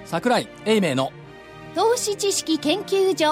櫻井英明の投資知識研究所。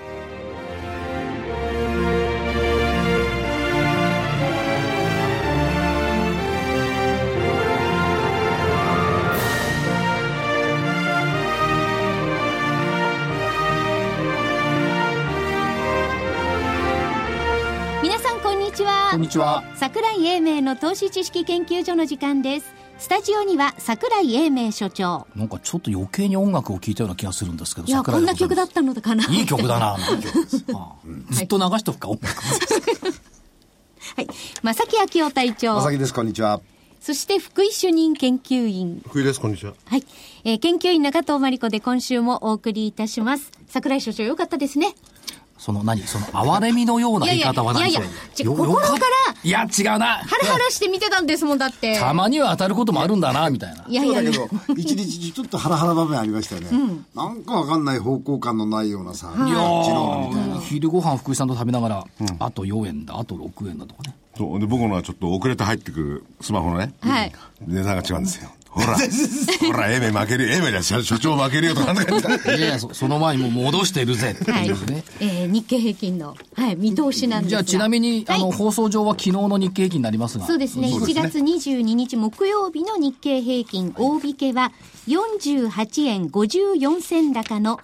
皆さんこんにちは。 こんにちは。 櫻井英明の投資知識研究所の時間です。スタジオには櫻井英明所長。 なんかちょっと余計に音楽を聴いたような気がするんですけど、 いや、こんな曲だったのかな。 いい曲だな。ずっと流しとくか、音楽。 はい、正木昭夫隊長。 正木です、こんにちは。 そして福井主任研究員。 福井です、こんにちは。 はい、研究員中藤真理子で今週もお送りいたします。櫻井所長、よかったですね。 その哀れみのような言い方は何でしょう。 心からいや違うな、 ハラハラして見てたんですもん。だってたまには当たることもあるんだなみたいな。 いやいやいや、 そうだけど一日ちょっとハラハラ場面ありましたよね、なんかわかんない方向感のないようなさ、 いやーみたいな。 昼ご飯福井さんと食べながら、あと4円だあと6円だとかね。 そうで、僕のはちょっと遅れて入ってくるスマホのね、 はい、 値段が違うんですよ。ほら英明負けるよ、英明じゃ所長負けるよとかなんか言った。 いやいや、その前にもう戻してるぜっていうね。 日経平均の、見通しなんですが。 じゃあちなみに、放送上は昨日の日経平均になりますが。 そうですね。1月22日木曜日の日経平均大引けは48円54銭高の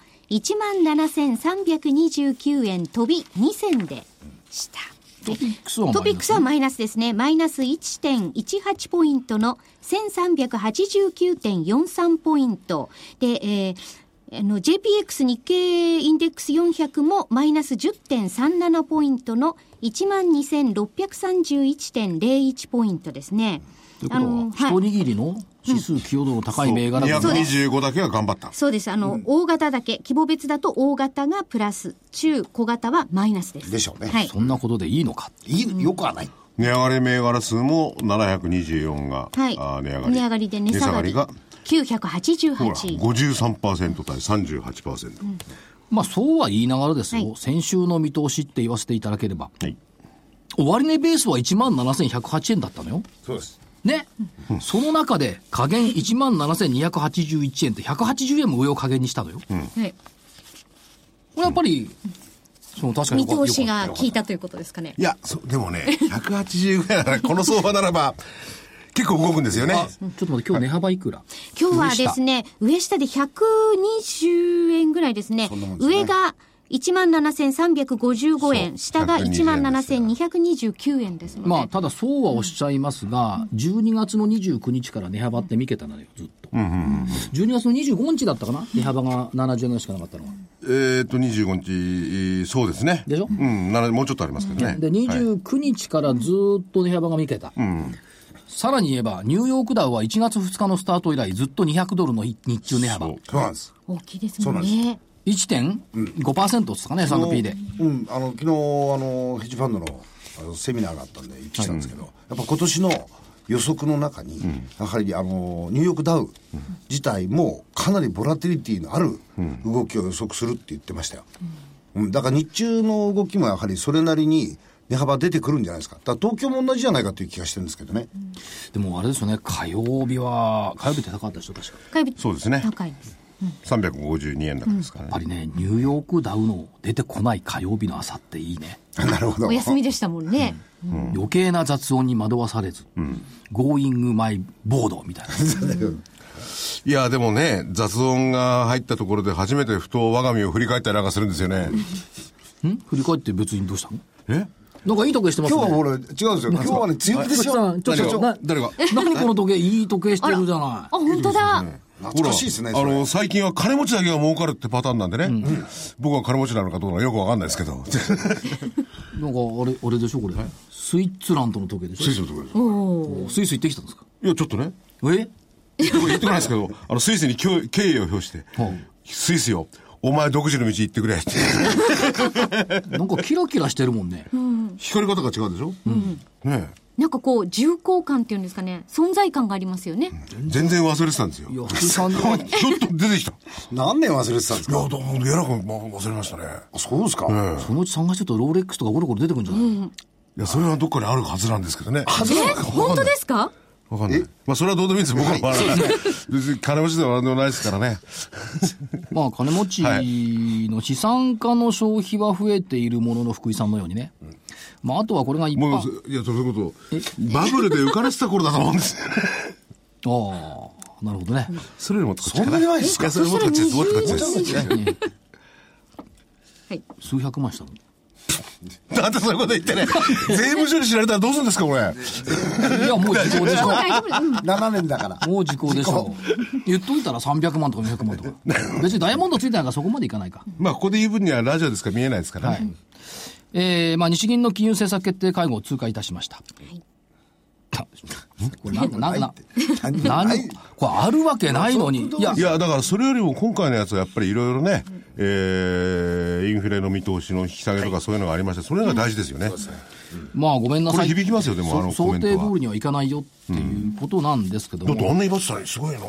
17,329 円飛び2銭でした。 トピックスはマイナスですね。マイナス 1.18 ポイントの 1389.43 ポイントで、JPX 日経インデックス400もマイナス 10.37 ポイントの 12,631.01 ポイントですね。 ということは、一握りの指数寄与度の高い銘柄が 225だけが頑張った。 そうです。大型だけ、規模別だと大型がプラス、中小型はマイナスです。 でしょうね。 はい。 そんなことでいいのか。 よくはない。 値上がり銘柄数も724が、 はい、値上がりで値下がりが988。 ほら、53% 対 38%。 まあそうは言いながらですよ、先週の見通しって言わせていただければ、終値ベースは 17,108 円だったのよ。 そうです。 ね、その中で下限 17,281 円って180円も上を下限にしたのよ。これやっぱり、確かに見通しが効いたということですかね。 いや、でもね、180ぐらいなら、この相場ならば、結構動くんですよね。 ちょっと待って、今日値幅いくら？ 今日はですね、上下で120円ぐらいですね。上が17,355 円、下が 17,229 円ですので。 まあ、ただそうはおっしゃいますが、12月の29日から値幅って見けたのよ、ずっと。12月の25日だったかな、値幅が70円ぐらいしかなかったのは。 25日、そうですね。 でしょ？ もうちょっとありますけどね。 で、29日からずっと値幅が見けた。さらに言えば、ニューヨークダウは1月2日のスタート以来、ずっと200ドルの日中値幅。 そうなんです。 大きいですもんね。 1.5% ですかね、S&P で。 昨日、ヘッジファンドのセミナーがあったんで行ってきたんですけど、やっぱ今年の予測の中に、やはりニューヨークダウ自体もかなりボラティリティのある動きを予測するって言ってましたよ。だから日中の動きもやはりそれなりに値幅出てくるんじゃないですか。だから東京も同じじゃないかという気がしてるんですけどね。 でもあれですよね、火曜日って高かったでしょ、確か。 火曜日そうですね。 高いです。 352円高ですからね。 やっぱりね、ニューヨークダウの出てこない火曜日の朝っていいね。 なるほど。 お休みでしたもんね。 余計な雑音に惑わされず、Going my board みたいな。 いや、でもね、雑音が入ったところで初めてふと我が身を振り返ったりなんかするんですよね。 振り返って別にどうしたの？ え？ なんかいい時計してますね。 今日は俺違うんですよ。今日はね、強気ですよ。 誰が何この時計いい時計してるじゃない。 あ、本当だ。 懐かしいですね。 最近は金持ちだけが儲かるってパターンなんでね。僕は金持ちなのかどうなのかよくわかんないですけど。なんかあれでしょこれ。スイッツランドの時計でしょ。 スイスの時計です。 スイス行ってきたんですか？ いや、ちょっとね。言ってこないですけど、スイスに敬意を表して、スイスよ、お前独自の道行ってくれって。 なんかキラキラしてるもんね。 光り方が違うでしょ？ねえ。 なんかこう重厚感っていうんですかね、存在感がありますよね。 全然忘れてたんですよ。 いや、福井さんちょっと出てきた。 何年忘れてたんですか？ いや、えらく忘れましたね。 そうですか？ そのうち探してるとローレックスとかゴロゴロ出てくるんじゃない？ いや、それはどっかにあるはずなんですけどね。 本当ですか？ わかんない。まあ、それはどうでもいいんですよ。僕は別に金持ちでは何でもないですからね。 まあ、金持ちの資産家の消費は増えているものの、福井さんのようにね。まあ、あとはこれが一般。 もう、いや、そういうこと、バブルで浮かれてた頃だと思うんですよね。 ああ、なるほどね。 それよりもっとこっちかな。 そんなにないですか？ いや、それもっとこっちです。もっとこっちです。 はい。 数百万したの。 なんでそういうこと言ってね。税務署に知られたらどうするんですか、これ。 いや、もう時効でしょ。 7年だから。 もう時効でしょ。言っといたら300万とか200万とか。別にダイヤモンドついてないからそこまでいかないか。 まあ、ここで言う分にはラジオですから見えないですからね。 はい。まあ、日銀の金融政策決定会合を通過いたしました。はいこれ何これあるわけないのに。 いや、だからそれよりも今回のやつはやっぱりいろいろね、インフレの見通しの引き下げとかそういうのがありまして、それが大事ですよね。 まあごめんなさい。 これ響きますよ、でも想定通りにはいかないよっていうことなんですけども。 だってあんな言わせたらすごいな。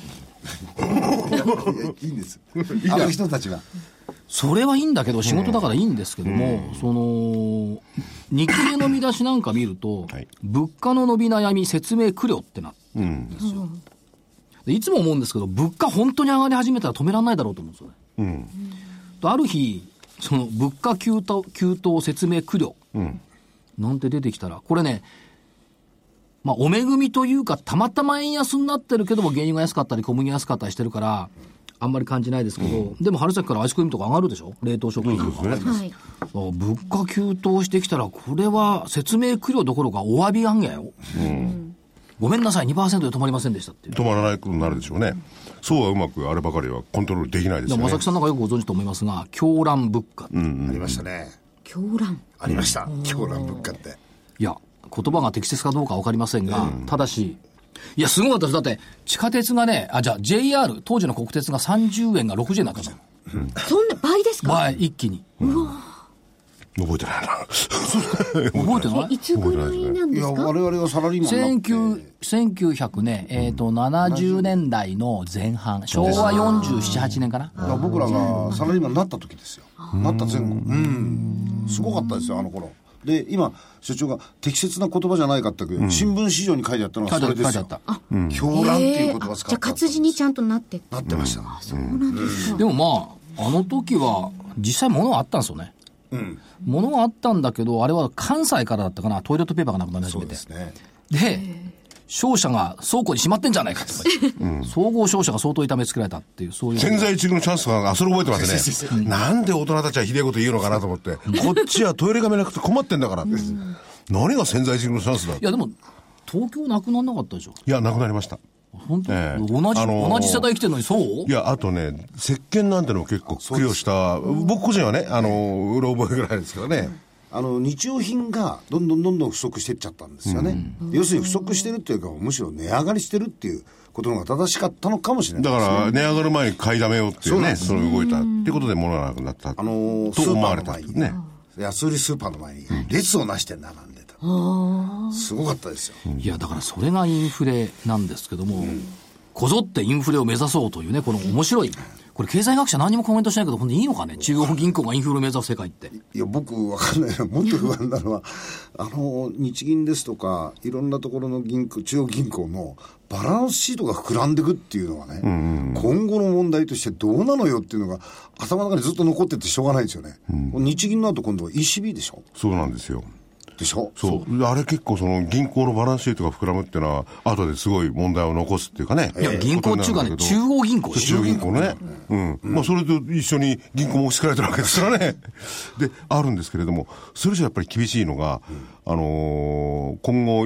いいんです。あの人たちが。 それはいいんだけど、仕事だからいいんですけども、その、日経の見出しなんか見ると、はい、物価の伸び悩み説明苦慮ってなってるんですよ。でいつも思うんですけど、物価本当に上がり始めたら止められないだろうと思うんですよね。ある日、その物価急騰説明苦慮なんて出てきたら、これね、まあ、お恵みというか、たまたま円安になってるけども、原油が安かったり小麦が安かったりしてるから、あんまり感じないですけど、でも春先からアイスクリームとか上がるでしょ、冷凍食品とか、はい、物価急騰してきたら、これは説明苦慮どころかお詫び案件よ、ごめんなさい 2% で止まりませんでしたっていう。 止まらないことになるでしょうね。そうはうまくあればかりはコントロールできないですよね。 正木さんなんかよくご存知と思いますが、狂乱物価、 ありましたね。 狂乱ありました。狂乱物価って。 いや、言葉が適切かどうか分かりませんが、ただし、いや、すごかったです。だって、地下鉄がね、じゃあ JR、当時の国鉄が30円が60円になったじゃん。 そんな倍ですか？ 倍、一気に。 うわ覚えてないな。 覚えてない？ いつぐらいなんですか？ いや、我々がサラリーマンになって 1900ね、70年代の前半、昭和47、8年かな。 僕らがサラリーマンになった時ですよ。なった前後。すごかったですよ、あの頃。で、今、所長が適切な言葉じゃないかったけど、新聞紙上に書いてあったのがそれですよ。狂乱っていう言葉を使った。 じゃあ活字にちゃんとなってました。 そうなんですか。 でもまあ、あの時は、実際物はあったんですよね。物はあったんだけど、あれは関西からだったかな、トイレットペーパーがなくなり始めて。そうですね。で、商社が倉庫にしまってんじゃないかとか言って、総合商社が相当痛めつけられたっていう、そういう。 千載一遇のチャンスが、それ覚えてますね。なんで大人たちはひでえこと言うのかなと思って、こっちはトイレがめなくて困ってんだからって。何が千載一遇のチャンスだ。 いやでも、東京なくならなかったでしょ。 いや、なくなりました。 本当、同じ世代来てるのにそう？ いや、あとね、石鹸なんてのも結構苦慮した、僕個人はね、うろ覚えぐらいですけどね。 日用品がどんどん不足していっちゃったんですよね。要するに不足してるっていうか、むしろ値上がりしてるっていうことのが正しかったのかもしれないですね。 だから、値上がる前に買いだめようっていうね、それ動いたってことで物がなくなったと思われたね。 安売りスーパーの前に列をなして並んでた。すごかったですよ。 いや、だからそれがインフレなんですけども、こぞってインフレを目指そうというね、この面白い。これ経済学者何もコメントしないけど、ほんでいいのかね、中央銀行がインフレを目指す世界って。 いや、僕わかんないな。もっと不安なのは、日銀ですとか、いろんなところの中央銀行のバランスシートが膨らんでいくっていうのはね、今後の問題としてどうなのよっていうのが、頭の中にずっと残っててしょうがないですよね。日銀の後今度は ECB でしょ。 そうなんですよ。 でしょ。 そう。あれ結構その銀行のバランスシートが膨らむっていうのは、後ですごい問題を残すっていうかね。 いや、銀行っていうかね、中央銀行中央銀行ね。まあ、それと一緒に銀行も押し付けられてるわけですからね。で、あるんですけれども、それじゃやっぱり厳しいのが、今後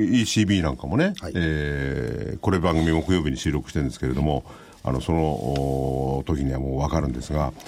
ECB なんかもね、これ番組木曜日に収録してるんですけれども、その時にはもうわかるんですが、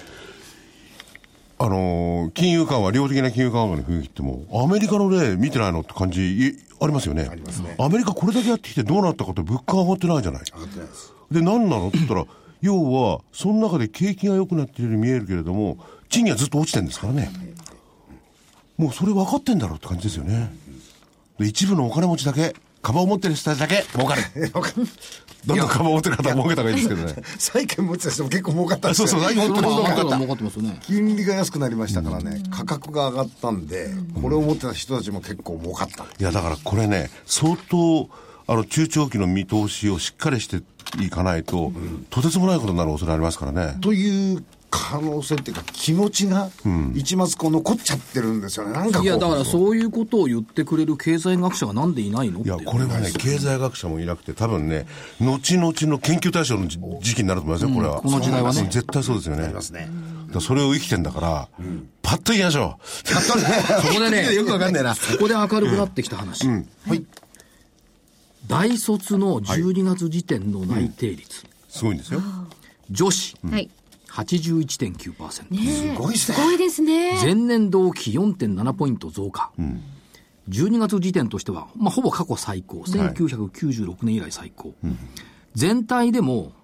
金融緩和、量的な金融緩和の雰囲気ってもう、アメリカの例見てないのって感じありますよね。ありますね。アメリカこれだけやってきてどうなったかって物価上がってないじゃない。上がってないです。で、何なのって言ったら、要は、その中で景気が良くなっているように見えるけれども、賃金はずっと落ちてるんですからね。もうそれ分かってんだろうって感じですよね。で、一部のお金持ちだけ、カバンを持ってる人たちだけ儲かる。どんどんカバンを持ってる方は儲けた方がいいですけどね。 債券持ってた人も結構儲かったんですよ。 そうそう、債券持ってる人も儲かってますよね。 金利が安くなりましたからね、価格が上がったんで、これを持ってた人たちも結構儲かった。 いや、だからこれね、相当、 中長期の見通しをしっかりしていかないと、とてつもないことになる恐れありますからね。 という可能性っていうか気持ちが一抹こう残っちゃってるんですよね。なんかこう、 いやだからそういうことを言ってくれる経済学者がなんでいないのって。 いやこれはね経済学者もいなくて多分ね後々の研究対象の時期になると思いますよ、これは。 この時代はね絶対そうですよね。 ありますね。 だからそれを生きてんだから、パッと言いましょう。 そこでねよくわかんないな。 そこで明るくなってきた話、 はい。 大卒の12月時点の内定率、 すごいんですよ。 女子はい。 81.9%、 ねえ。 すごいですね。 すごいですね。 前年同期 4.7 ポイント増加、12月時点としては、まあ、ほぼ過去最高、1996年以来最高、全体でも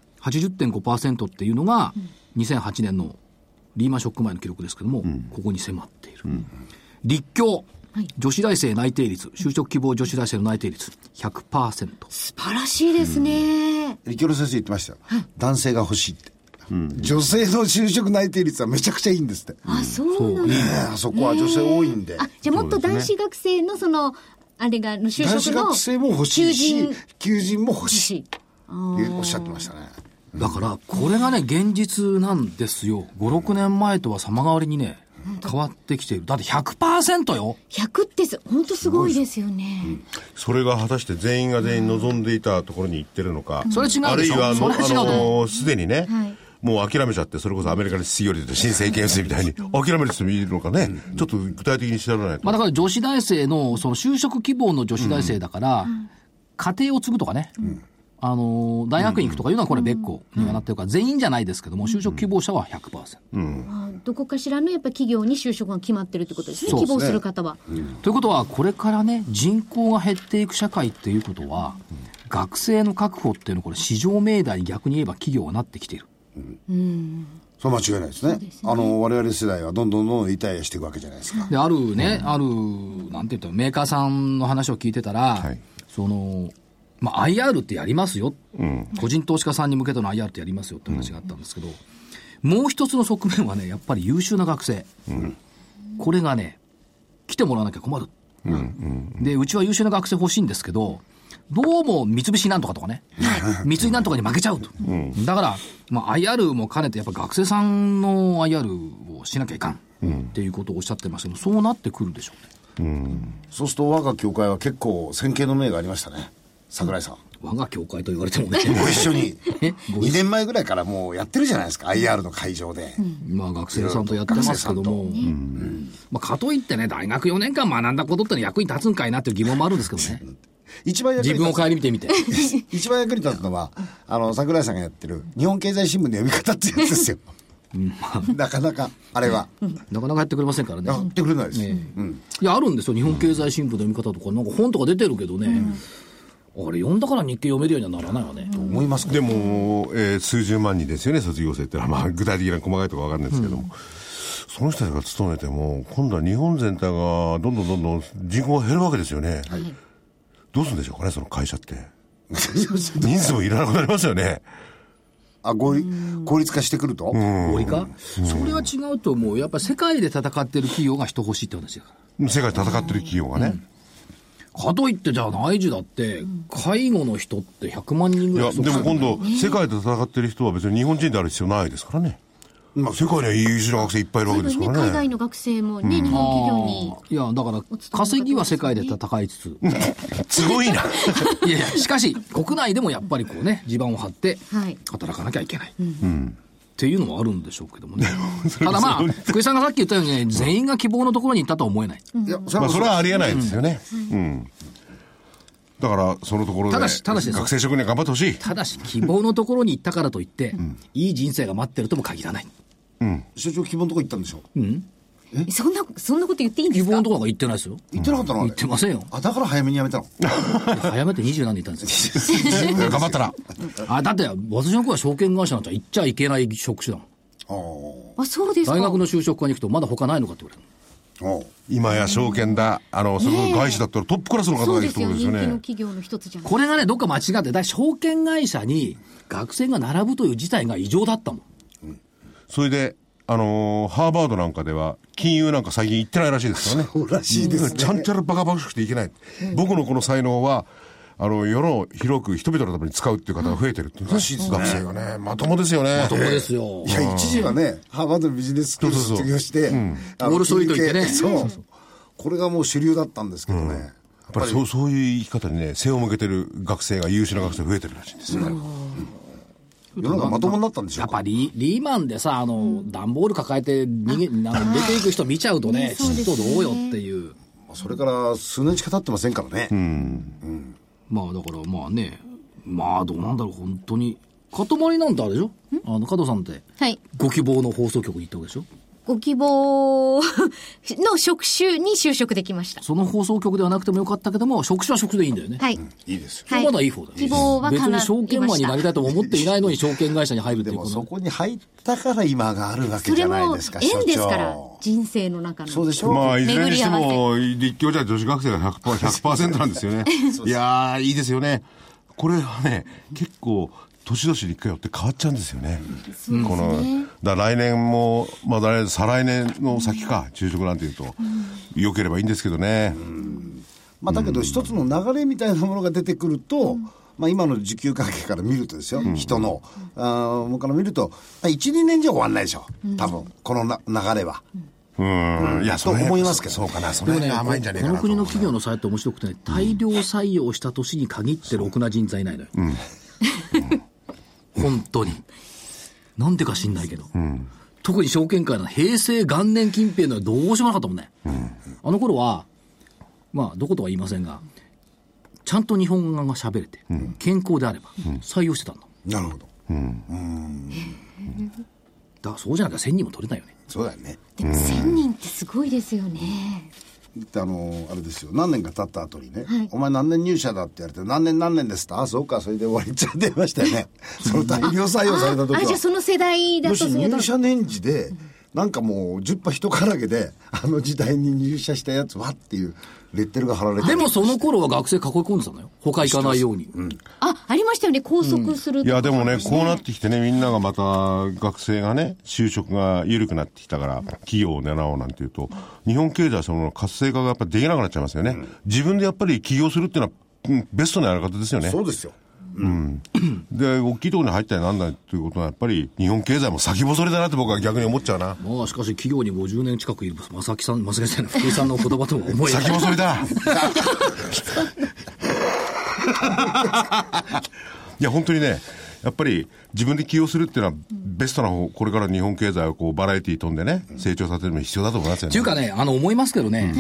80.5% っていうのが2008年のリーマンショック前の記録ですけども、ここに迫っている、立教、女子大生内定率、就職希望女子大生の内定率 100%。 素晴らしいですね。 力郎先生言ってましたよ。男性が欲しいって。女性の就職内定率はめちゃくちゃいいんですって。 あ、そうなんだ。 あそこは女性多いんで。 あ、じゃあもっと男子学生のあれが、就男子職の学生も欲しいし、求人も欲欲しい。 しい。 おっしゃってましたね。 だからこれがね現実なんですよ。5、6年前とは様変わりにね変わってきている。だって 100% よ。 100って本当すごいですよね。 それが果たして全員が全員望んでいたところに行ってるのか、 それ違うでしょ。 あるいはそれ違うと思う。 すでにね、もう諦めちゃって、それこそアメリカに失業率で新政権制みたいに諦める人もいるのかね、ちょっと具体的に調べないと。 まあだから女子大生のその就職希望の女子大生だから、家庭を継ぐとかね、大学院行くとかいうのはこれ別個にはなってるから、全員じゃないですけども就職希望者は 100%、 どこかしらのやっぱ企業に就職が決まってるってことですね。 そうですね希望する方は。 ということはこれからね人口が減っていく社会っていうことは、学生の確保っていうのはこれ市場命題に逆に言えば企業がなってきている。 それは間違いないですね。我々世代はどんどんリタイアしていくわけじゃないですか。 であるね、なんて言ったらメーカーさんの話を聞いてたら、IR ってやりますよ、個人投資家さんに向けての IR ってやりますよって話があったんですけど、もう一つの側面はねやっぱり優秀な学生、これがね来てもらわなきゃ困る、でうちは優秀な学生欲しいんですけど、どうも三菱なんとかとかね、三井なんとかに負けちゃうと、だから、IR も兼ねてやっぱ学生さんの IR をしなきゃいかん、っていうことをおっしゃってましたけど、そうなってくるでしょうね。 そうすると我が協会は結構先見の明がありましたね。櫻井さん、 我が協会と言われてもねご一緒に2年前ぐらいからもうやってるじゃないですか、 IR の会場で、 学生さんとやってますけども、かといってね大学4年間学んだことってのは役に立つんかいなっていう疑問もあるんですけどね一番役に立つ自分を顧みてみて一番役に立つのは櫻井さんがやってる日本経済新聞の読み方ってやつですよなかなかあれはなかなかやってくれませんからね。 やってくれないです、 いやあるんですよ、日本経済新聞の読み方とかなんか本とか出てるけどね、あれ読んだから日経読めるようにはならないわね、 と思いますか。 でも、数十万人ですよね卒業生ってのは、具体的な細かいところは分かんないですけども、その人たちが勤めても今度は日本全体がどんどん人口が減るわけですよね、どうするんでしょうかねその会社って人数もいらなくなりますよね。 効率化してくると、 合理化、それは違うと思う。やっぱり世界で戦ってる企業が人欲しいって話だから。 世界で戦ってる企業がね、 かといってじゃあ内需だって介護の人って100万人ぐらい。 いやでも今度世界で戦ってる人は別に日本人である必要ないですからね。世界には優秀な学生いっぱいいるわけですからね。 海外の学生もね、日本企業に。 いやだから稼ぎは世界で戦いつつすごいな。 いやしかし国内でもやっぱりこうね地盤を張って働かなきゃいけない、っていうのもあるんでしょうけどもねただ福井さんがさっき言ったようにね、全員が希望のところに行ったとは思えない。 いやそれはありえないですよね、だからそのところでただし学生職人頑張ってほしい。 ただし希望のところに行ったからといって、いい人生が待ってるとも限らない。 所長希望のとこ行ったんでしょ。 そんなこと言っていいんですか。 希望のところが行ってないですよ。 行ってなかったの。 行ってませんよ。 だから早めに辞めたの。 早めて20何年いたんですよ頑張ったらだって私の子は証券会社なんて行っちゃいけない職種だもん。 そうですか。 大学の就職課に行くとまだ他ないのかって言われる。 今や証券だ、それこそ外資だったらトップクラスの方がいるってことですよね。 人気の企業の一つじゃん。 これがねどっか間違って証券会社に学生が並ぶという事態が異常だったもん、 それでハーバードなんかでは金融なんか最近行ってないらしいですからね。 そうらしいですね。 ちゃんちゃらバカバカしくていけない、僕のこの才能は世の広く人々のために使うっていう方が増えてるっていうね。らしいですね。学生がね。まともですよね。 まともですよ。 いや、一時はね、ハーバードのビジネススクール卒業して、ウォールストリート行ってね。 そう。これがもう主流だったんですけどね。 やっぱりそういう生き方にね、背を向けてる学生が、優秀な学生が増えてるらしいんですよ。 世の中まともになったんでしょうか。 やっぱりリーマンでさ、段ボール抱えて出ていく人見ちゃうとね、ちっとどうよっていう。 それから数年しか経ってませんからね。 まあだからまあね、まあどうなんだろう、本当に。塊なんてあれでしょ、加藤さんって。 はい。 ご希望の放送局に行ったわけでしょ。 ご希望の職種に就職できました。 その放送局ではなくてもよかったけども、職種は職種でいいんだよね。 はい。 いいですよ。 はい、まだいい方だ。 希望は叶いました。 別に証券マンになりたいとも思っていないのに証券会社に入るっていうこと。 でもそこに入ったから今があるわけじゃないですか。 それも縁ですから、人生の中の。 そうでしょ。 まあいずれにしても立教じゃ女子学生が 100% なんですよね。いやーいいですよね。これはね結構年々に一回よって変わっちゃうんですよね。このだ来年も、まあ、再来年の先か昼食なんていうと、良ければいいんですけどね。 まあ、だけど一つの流れみたいなものが出てくると、まあ、今の需給関係から見るとですよ、人のもから見ると 1,2 年じゃ終わんないでしょ多分この流れは。 いや、 と思いますけど。 そうかな。それが甘いんじゃねえかな。 この国の企業のサイト面白くてね、大量採用した年に限ってろくな人材いないのよ。本当に。なんでか知んないけど。特に証券会の平成元年近辺のはどうしようもなかったもんね。あの頃は、まあ、どことは言いませんが、ちゃんと日本語が喋れて、健康であれば、採用してたんだ。 なるほど。 だからそうじゃなきゃ1000人も取れないよね。 そうだよね。 でも1000人ってすごいですよね。 あれですよ、何年か経った後にね、お前何年入社だって言われて、何年ですって、あ、そうか、それで終わりっちゃ出ましたよね。その大量採用された時は。 じゃあその世代だともし入社年次で、なんかもう10羽人からげで、あの時代に入社したやつはっていうレッテルが貼られて。 でもその頃は学生囲い込んでたのよ。他行かないように。 ありましたよね、拘束するとか、 いや、でもね、こうなってきてね、みんながまた学生がね、就職が緩くなってきたから、企業を狙おうなんていうと、日本経済その活性化がやっぱりできなくなっちゃいますよね。自分でやっぱり起業するっていうのは、ベストなやり方ですよね。 そうですよ。 で、大きいところに入ったりなんだということは、やっぱり日本経済も先細りだなって僕は逆に思っちゃうな。 まあ、しかし企業に50年近くいる正木さん、福井さんの言葉とも思えない。 先細りだ。いや、本当にね、やっぱり自分で起業するっていうのはベストな方、これから日本経済をこうバラエティー飛んでね、成長させるのに必要だと思いますよね。 っていうかね、思いますけどね、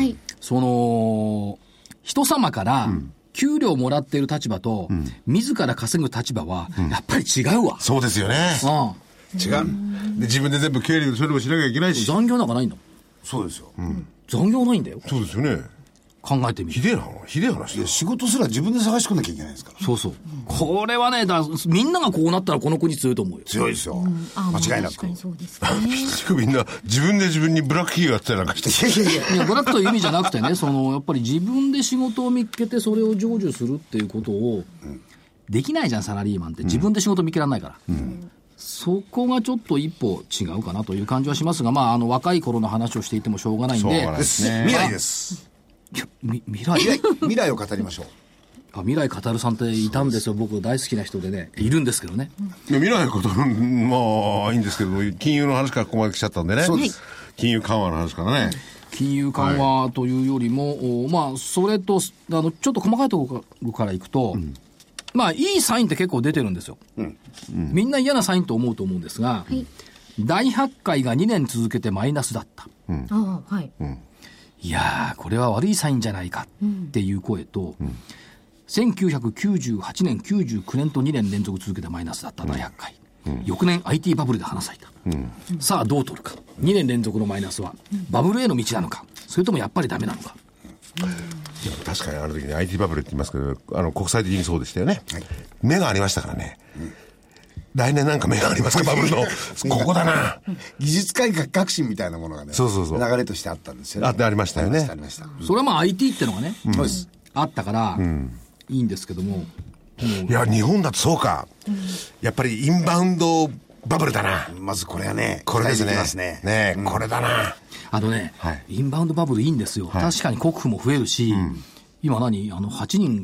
人様から、給料もらっている立場と、自ら稼ぐ立場は、やっぱり違うわ。 そうですよね。違う。で、自分で全部経理で処理もしなきゃいけないし。 残業なんかないんだもん。 そうですよ。 残業ないんだよ。 そうですよね。 考えてみる。 ひでえ話だ。 仕事すら自分で探し込んなきゃいけないですから。 そうそう。これはね、みんながこうなったらこの国強いと思うよ。 強いですよ。間違いなく。 確かにそうですね。 みんな自分で自分にブラック企業やってたりなんかして。 いや、ブラックという意味じゃなくてね、やっぱり自分で仕事を見つけてそれを成就するっていうことを、できないじゃん、サラリーマンって。自分で仕事見つけられないから。そこがちょっと一歩違うかなという感じはしますが、まあ、若い頃の話をしていてもしょうがないんで。 そうですね。未来です。未来を語りましょう。 未来語るさんっていたんですよ。僕大好きな人でね、いるんですけどね。 いや、未来語る、まあいいんですけど、金融の話からここまで来ちゃったんでね。金融緩和の話からね。 金融緩和というよりも、まあそれとちょっと細かいところからいくと、まあいいサインって結構出てるんですよ。みんな嫌なサインと思うと思うんですが、大発会が2年続けてマイナスだった。いやー、これは悪いサインじゃないかっていう声と、1998年、99年と2年連続続けてマイナスだった大発会。翌年 IT バブルで花咲いた。さあどう取るか。2年連続のマイナスは、バブルへの道なのか、それともやっぱりダメなのか。 いや、確かにあの時に IT バブルって言いますけど、国際的にそうでしたよね。目がありましたからね。来年なんか目がありますか、バブルの。ここだな。 技術改革革新みたいなものがね、流れとしてあったんですよね。 ありましたよね。 それはまあ IT ってのがね、あったから、いいんですけども。 いや、日本だとそうか。やっぱりインバウンドバブルだな。 まずこれはね、 これですね。ね、これだな。 インバウンドバブルいいんですよ。確かに国富も増えるし、今8人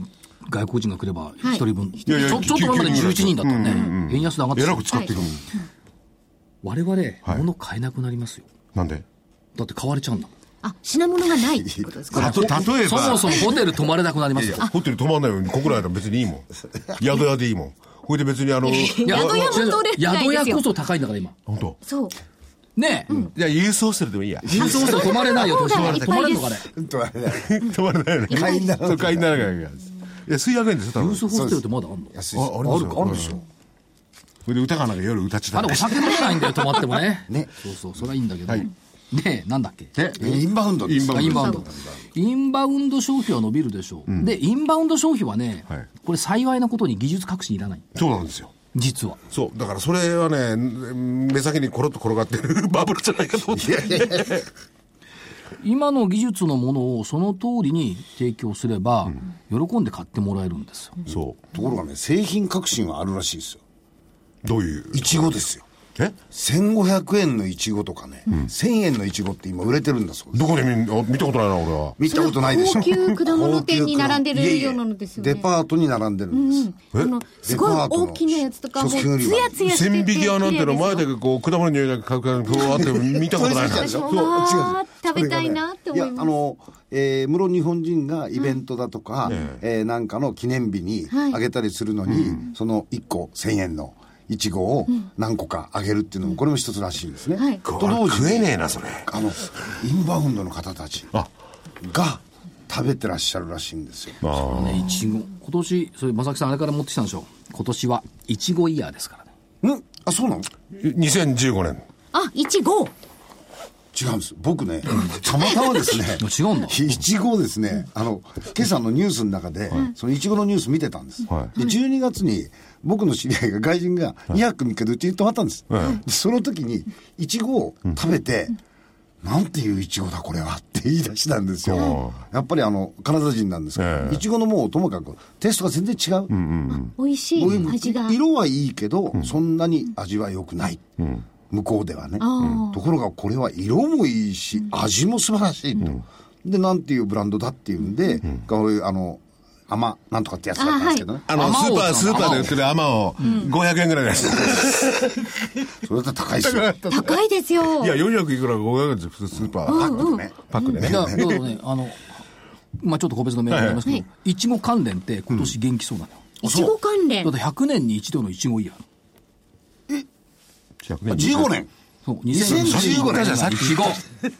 外国人が来れば1人分。 いやいやちょっと前まで11人だったらね、円安で上がってえらく使ってる。 我々、物買えなくなりますよ。 なんで？ だって買われちゃうんだもん。 あ、品物がないってことですか？ 例えば。 そもそもホテル泊まれなくなりますよ。 ホテル泊まんないように国内は別にいいもん。宿屋でいいもん。これで別に宿屋も取れないですよ。 宿屋こそ高いんだから今。 本当。 そう。 ねえ。 じゃあユースホステルでもいいや。 ユースホステル泊まれないよ。泊まれんのかね。 泊まれないよね。会員ならなきゃいけない。いや、数百円ですよ、 ユースホステルってまだあるの？ 安いです。あるでしょ。 それで歌がなんか夜歌っちゃった。 お酒飲めないんだよ、泊まってもね。 ね。 そう、それはいいんだけど。で、なんだっけ？ インバウンドです。 インバウンド。インバウンド消費は伸びるでしょう。で、インバウンド消費はね、これ幸いなことに技術革新いらない。 そうなんですよ。 実は。 そう。だからそれはね、目先にコロッと転がってるバブルじゃないかと思って。 今の技術のものをその通りに提供すれば、喜んで買ってもらえるんですよ。 そう。 ところがね、製品革新はあるらしいですよ。 どういう？ イチゴですよ。1500円のイチゴとかね、1000円のイチゴって今売れてるんだそうです。 どこで見たことないな、俺は。 見たことないでしょ。 高級果物店に並んでるようなのですよね。 デパートに並んでるんです。 すごい大きなやつとかもうツヤツヤしてて千匹屋なんての前でこう果物の匂いが買うからこうあって見たことないな。 私も食べたいなって思います。 室日本人がイベントだとか、なんかの記念日にあげたりするのに、その1個1000円のイチゴを何個かあげるっていうのもこれも一つらしいんですね。 と同時に食えねえなそれ。 インバウンドの方たちが食べてらっしゃるらしいんですよ。 イチゴ今年それ正木さんあれから持ってきたんでしょ。今年はイチゴイヤーですからね。 あ、そうなの ？2015年。 あ、イチゴ。 違うんです。僕ね、たまたまですね、 違うんだ。 イチゴをですね、今朝のニュースの中で、そのイチゴのニュース見てたんです。で、12月に僕の知り合いが外人が2泊3日でうちに泊まったんです。でその時に、イチゴを食べて、なんていうイチゴだこれはって言い出したんですよ。やっぱりカナダ人なんですけど、イチゴのもうともかくテイストが全然違う。 美味しい味が。 色はいいけど、そんなに味は良くない。向こうではね。ところがこれは色もいいし、味も素晴らしいと。で、なんていうブランドだっていうんで、こういう甘なんとかってやつだったんですけどね。 スーパーで売ってる甘を500円ぐらいです。 それだったら高いですよ。 高いですよ。 いや、400いくら500円です、普通スーパー。パックでね。 だからね、ちょっと個別のメールになりますけど、イチゴ関連って今年元気そうなのよ。 イチゴ関連。 だって100年に一度のイチゴイヤー。 15年。 そう、2015年じゃさっきイチゴ。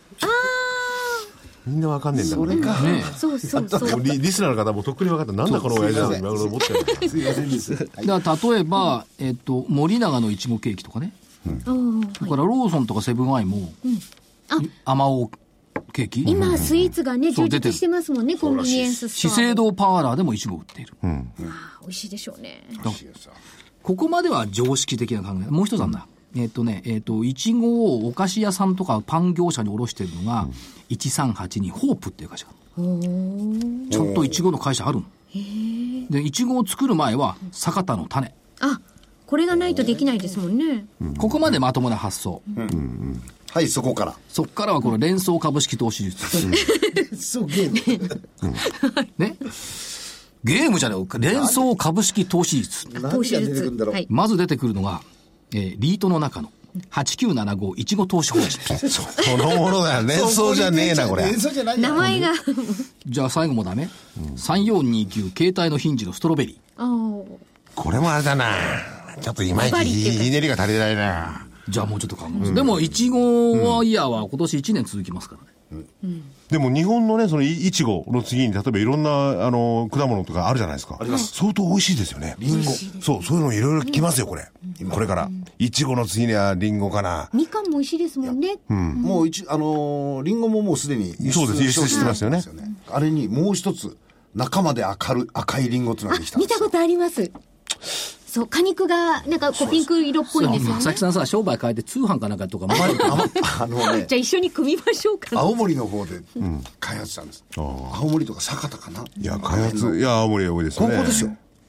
みんなわかんねえんだから。 それか。 ね。 そう。 リスナーの方もとっくに分かった。なんだこの親父だと今頃思ってる。 すいませんです。 だから例えば、森永のいちごケーキとかね。それからローソンとかセブンアイも、あまおうケーキ。 今スイーツがね、充実してますもんね、コンビニエンスストア。 資生堂パーラーでもいちご売っている。 美味しいでしょうね。 ここまでは常識的な考え。もう一つなんだ。いちごをお菓子屋さんとかパン業者に卸してるのが、1382ホープっていう会社が。ちゃんといちごの会社あるの。で、いちごを作る前は、酒田の種。 あ、これがないとできないですもんね。 ここまでまともな発想。 はい、そこから。 そこからはこの連想株式投資術。 そう、ゲーム。 ね。ゲームじゃない、連想株式投資術。 何が出てくるんだろう。 まず出てくるのが、リートの中の8975いちご投資法人。 そのものだよ。連想じゃねえな、これ。 連想じゃない名前が。 じゃあ最後もダメ、3429携帯のヒンジのストロベリー。 これもあれだな。ちょっといまいちひねりが足りないな。 じゃあもうちょっと考えます。でも、いちごイヤーは今年1年続きますからね。 でも日本のね、そのいちごの次に、例えばいろんな、果物とかあるじゃないですか。あります。相当美味しいですよね。 リンゴ。 そういうのいろいろ来ますよ、これ。これから。いちごの次にはリンゴかな。 みかんも美味しいですもんね。 もうリンゴももうすでに輸出してますよね。 あれにもう一つ、中まで赤いリンゴっていうのができたんですよ。 見たことあります。そう、果肉が、なんかピンク色っぽいんですよね。 佐々木さんさ、商売変えて通販かなんかとかもじゃあ一緒に組みましょうか。 青森の方で開発したんです。青森とか酒田かな。 いや、青森は多いですよね。 高校ですよ。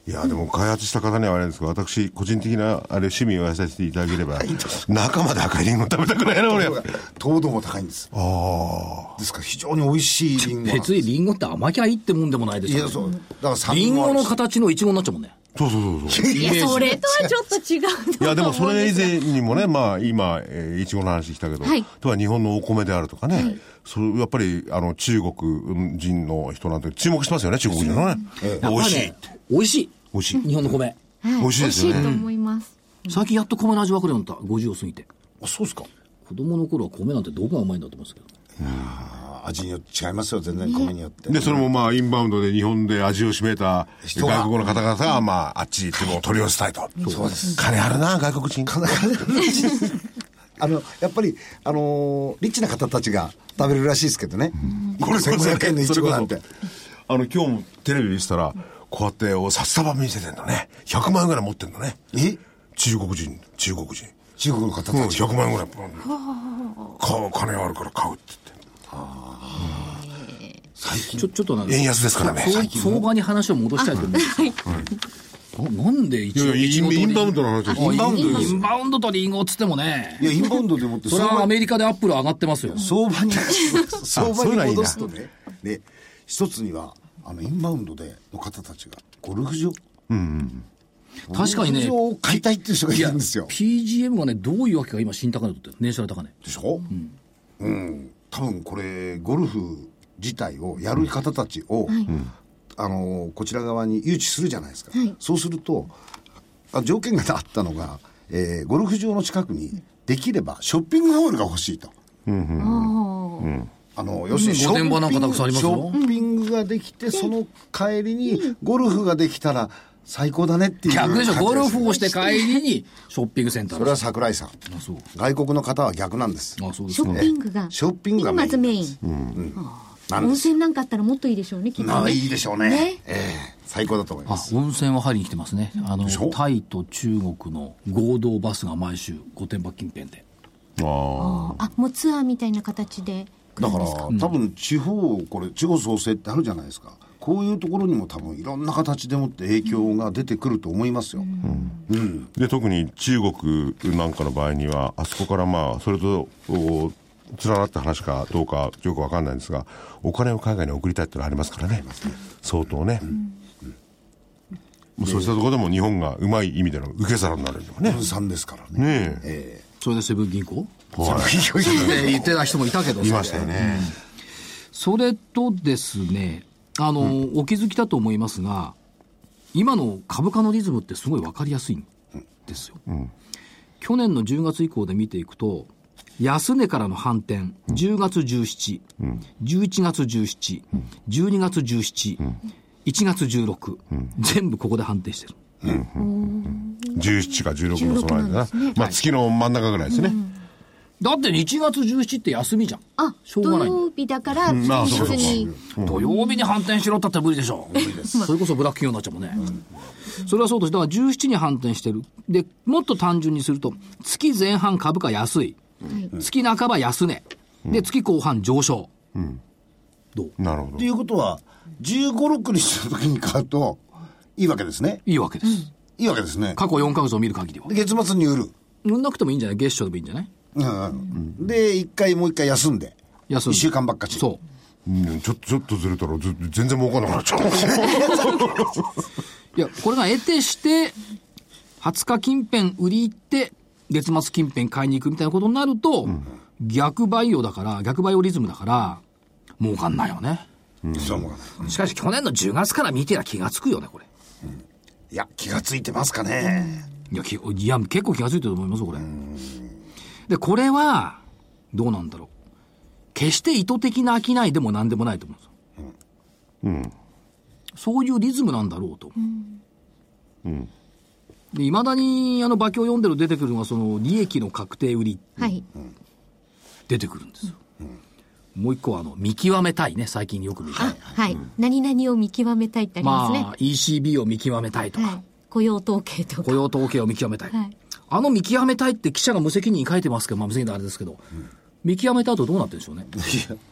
いやでも開発した方にはあれですけど、私個人的なあれ趣味をやらせていただければ、中まで赤いリンゴ食べたくないな俺。 糖度も高いんです。ですから非常に美味しいリンゴ。 別にリンゴって甘きゃいいってもんでもないですよ、ね。 いやそう。だからリンゴの形のイチゴになっちゃうもんね。 そういや、それとはちょっと違うと思うんです。 いやでもそれ以前にもね、まあ今イチゴの話したけど、 はい、 とは日本のお米であるとかね、はい、それやっぱり中国人の人なんて注目してますよね、中国人のね。美味しい。 美味しい。 美味しい。 日本の米。 はい、 美味しいですよね。 美味しいと思います。 最近やっと米の味分かるようになった。50を過ぎて。 あ、そうですか。 子供の頃は米なんてどこがうまいんだと思うんですけど。 味によって違いますよ、全然米によって。 で、それもまあインバウンドで日本で味を占めた外国の方々がまああっち行っても取り寄せたいと。 そうです。 金あるな、外国人。 金あるやっぱり、リッチな方たちが食べるらしいですけどね。これ1500円のイチゴなんて。 今日もテレビ見せたら、こうやって札束見せてんだね。100万円ぐらい持ってんだね。中国人。中国の方たち。 100万円ぐらい。金あるから買うって言って。 最近ちょっと円安ですからね。 相場に話を戻したいと思うんですけど。なんでインバウンドの話です。 インバウンドとリンゴっつってもね。 いや、インバウンドでもって。 それはアメリカでアップル上がってますよ。 相場に戻すとね。で、一つには、インバウンドでの方たちが、ゴルフ場。 確かにね。 ゴルフ場を買いたいっていう人がいるんですよ。 PGM がね、どういうわけか今、新高値取ってる。年初来高値。 でしょ？多分これ、ゴルフ自体をやる方たちを、こちら側に誘致するじゃないですか。そうすると、条件があったのが、ゴルフ場の近くにできればショッピングホールが欲しいと。要するにショッピングができて、その帰りにゴルフができたら最高だねっていう。 逆でしょ。ゴルフをして帰りにショッピングセンター。 それは桜井さん。外国の方は逆なんです。 ショッピングが。 ショッピングがまずメイン。温泉なんかあったらもっといいでしょうね、きっとね。 いいでしょうね。最高だと思います。 温泉は入りに来てますね。タイと中国の合同バスが毎週御殿場近辺で。 もうツアーみたいな形で。 だから、多分地方創生ってあるじゃないですか。こういうところにも多分いろんな形でもって影響が出てくると思いますよ。 で、特に中国なんかの場合には、あそこからまあ、それと、連なった話かどうかよくわかんないんですが、お金を海外に送りたいってのはありますからね。相当ね。そうしたところでも日本がうまい意味での受け皿になるよね。 分散ですからね。 それでセブン銀行言ってた人もいたけどいましたよね。 それとですね、お気づきだと思いますが、今の株価のリズムってすごい分かりやすいんですよ。去年の10月以降で見ていくと、安値からの反転、10月17、11月17、12月17、1月16、全部ここで反転してる。 17か16のその間だな。まあ月の真ん中ぐらいですね。 だって1月17って休みじゃん。しょうがない。 土曜日だから、土曜日に反転しろったって無理でしょ。それこそブラック企業になっちゃうもんね。それはそうとして、だから17に反転してる。で、もっと単純にすると、月前半株価安い。月半ば安値。で、月後半上昇。どう？ なるほど。 ということは、15、6にした時に買うと、いいわけですね。 いいわけです。 いいわけですね。 過去4ヶ月を見る限りは。 で、月末に売る。 売んなくてもいいんじゃない？月初でもいいんじゃない？ で、もう一回休んで。1週間ばっかし。 そう。 ちょっとずれたら全然儲かんなくなっちゃう。 いや、これが得てして、20日近辺売り行って、月末近辺買いに行くみたいなことになると、逆バイオリズムだから、儲かんないよね。しかし去年の10月から見てりゃ気がつくよね、これ。 いや、気がついてますかね。 いや、結構気がついてると思いますよ、これ。で、これは、どうなんだろう。決して意図的な商いでも何でもないと思うんですよ。そういうリズムなんだろうと。で、未だに、馬鏡読んでる出てくるのは、その、利益の確定売り。出てくるんですよ。もう一個は、見極めたいね、最近よく見る。 何々を見極めたいってありますね。 ECB を見極めたいとか。 雇用統計とか。 雇用統計を見極めたい。見極めたいって記者が無責任に書いてますけど、無責任であれですけど、見極めた後どうなってるんでしょうね。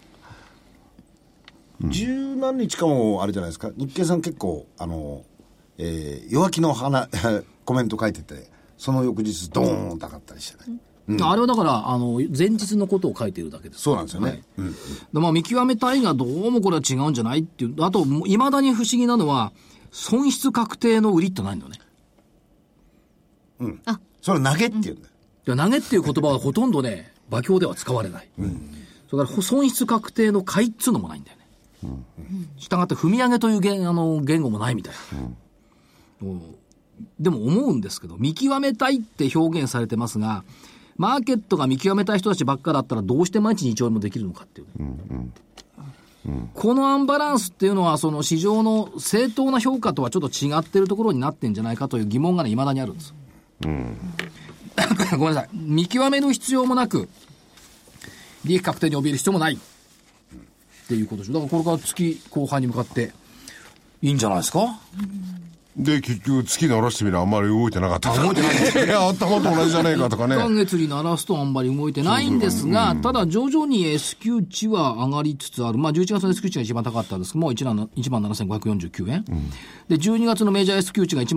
十何日かもあれじゃないですか。日経さん結構、 弱気のコメント書いてて、その翌日ドーンと上がったりしてね。 あれはだから前日のことを書いてるだけです。 そうなんですよね。 はい、見極めたいがどうもこれは違うんじゃないっていう。あといまだに不思議なのは損失確定の売りってないんだよね。 それ投げっていうんだよ。 投げっていう言葉はほとんどね馬評では使われない。それから損失確定の買いっつうのもないんだよね。したがって踏み上げという言語もないみたいな。でも思うんですけど、見極めたいって表現されてますが、マーケットが見極めたい人たちばっかだったらどうして毎日2兆円もできるのかっていう、このアンバランスっていうのはその市場の正当な評価とはちょっと違ってるところになってんじゃないかという疑問がね未だにあるんです。ごめんなさい、見極める必要もなく利益確定に怯える必要もないっていうことでしょ。だからこれから月後半に向かっていいんじゃないですか。 で、結局月鳴らしてみればあんまり動いてなかった。動いてない。いや、頭と同じじゃねえかとかね。 1ヶ月に鳴らすとあんまり動いてないんですが、ただ徐々に S q 値は上がりつつある。11月の S q 値が一番高かったんですけども、17,549 円。で、12月のメジャー S q 値が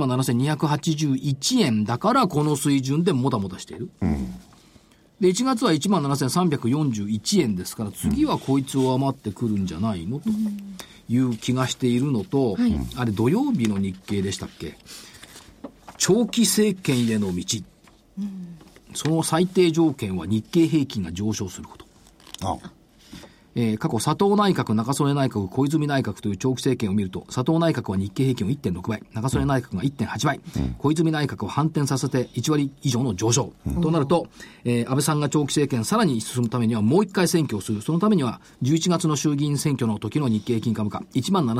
17,281 円だから、この水準でもたもたしている。で、1月は17,341 円ですから、次はこいつを上回ってくるんじゃないのという気がしているのと、あれ土曜日の日経でしたっけ、長期政権への道、その最低条件は日経平均が上昇すること。過去佐藤内閣、中曽根内閣、小泉内閣という長期政権を見ると、佐藤内閣は日経平均を 1.6 倍、中曽根内閣が 1.8 倍、小泉内閣を反転させて1割以上の上昇、となると、安倍さんが長期政権さらに進むためにはもう一回選挙をする。そのためには11月の衆議院選挙の時の日経平均株価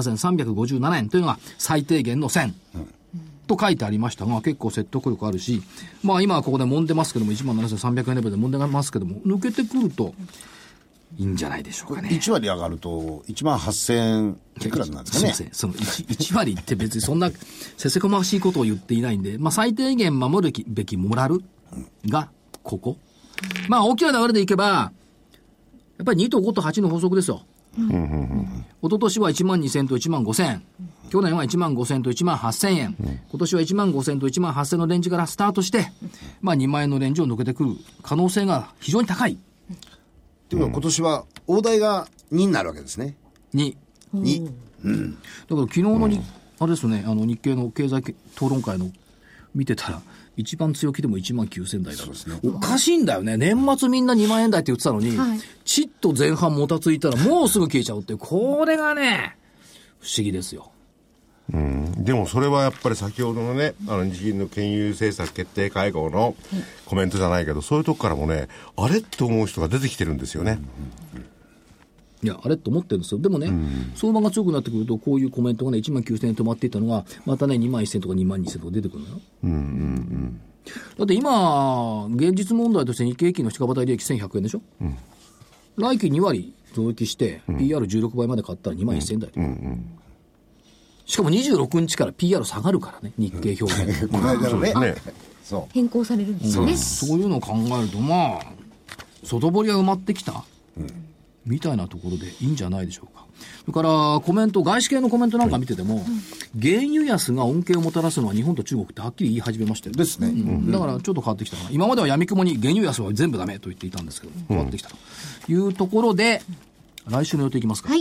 17,357 円というのが最低限の線、と書いてありましたが、結構説得力あるし、今はここで揉んでますけども、17,300円レベルで揉んでますけども、抜けてくるといいんじゃないでしょうかね。 1割上がると18,000円いくらなんですかね。 すいません、その 1割って別にそんなせせこましいことを言っていないんで、最低限守るべきモラルがここ。大きな流れでいけばやっぱり2と5と8の法則ですよ。一昨年は12,000と15,000円、去年は15,000と18,000円、今年は15,000と18,000のレンジからスタートして、2万円のレンジを抜けてくる可能性が非常に高い。 というのは今年は大台が2になるわけですね。 2。だから昨日のあれですね、日経の経済討論会の見てたら、一番強気でも19,000台だ。そうですね。おかしいんだよね。年末みんな2万円台って言ってたのに、ちっと前半もたついたらもうすぐ消えちゃうっていう、これがね、不思議ですよ。 でもそれはやっぱり先ほどのね、日銀の金融政策決定会合のコメントじゃないけど、そういうとこからもね、あれって思う人が出てきてるんですよね。 いや、あれって思ってるんですよ。でもね、相場が強くなってくると、こういうコメントがね、19,000円止まっていたのが、またね、21,000とか22,000とか出てくるのよ。だって今、現実問題として日経平均の2日当たり利益1,100円でしょ。来期2割増益して、PR16 倍まで買ったら21,000円台。しかも26日から PR 下がるからね、日経表現。 この間のね。 変更されるんですよね。 そういうのを考えると、外堀は埋まってきた、みたいなところでいいんじゃないでしょうか。それからコメント、外資系のコメントなんか見てても、原油安が恩恵をもたらすのは日本と中国ってはっきり言い始めましたよね。 ですね。 だからちょっと変わってきたかな。今までは闇雲に原油安は全部ダメと言っていたんですけど、変わってきたというところで、来週の予定いきますか。 はい。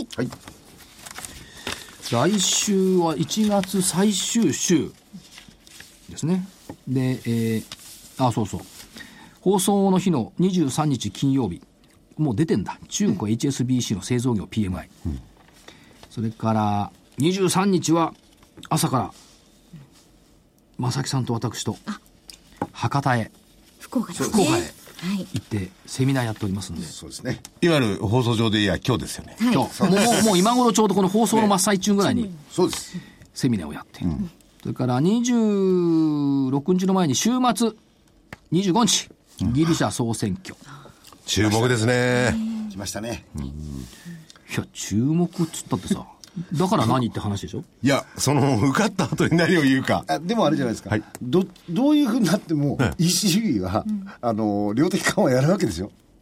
来週は1月最終週ですね。で、そうそう。放送の日の23日金曜日、もう出てんだ。中国は HSBC の製造業 PMI。それから23日は朝から正木さんと私と博多へ、 福岡ですね。 福岡へ行ってセミナーやっておりますんで。 そうですね。 いわゆる放送上でいや今日ですよね。 今日もう今頃ちょうどこの放送の真っ最中ぐらいにそうですセミナーをやって、それから26日の前に週末25日ギリシャ総選挙、 注目ですね。 来ましたね。 いや注目っつったってさ、だから何って話でしょ。 いや、その受かった後に何を言うか。 でもあれじゃないですか、どういうふうになっても、ECB は、量的緩和やるわけですよ。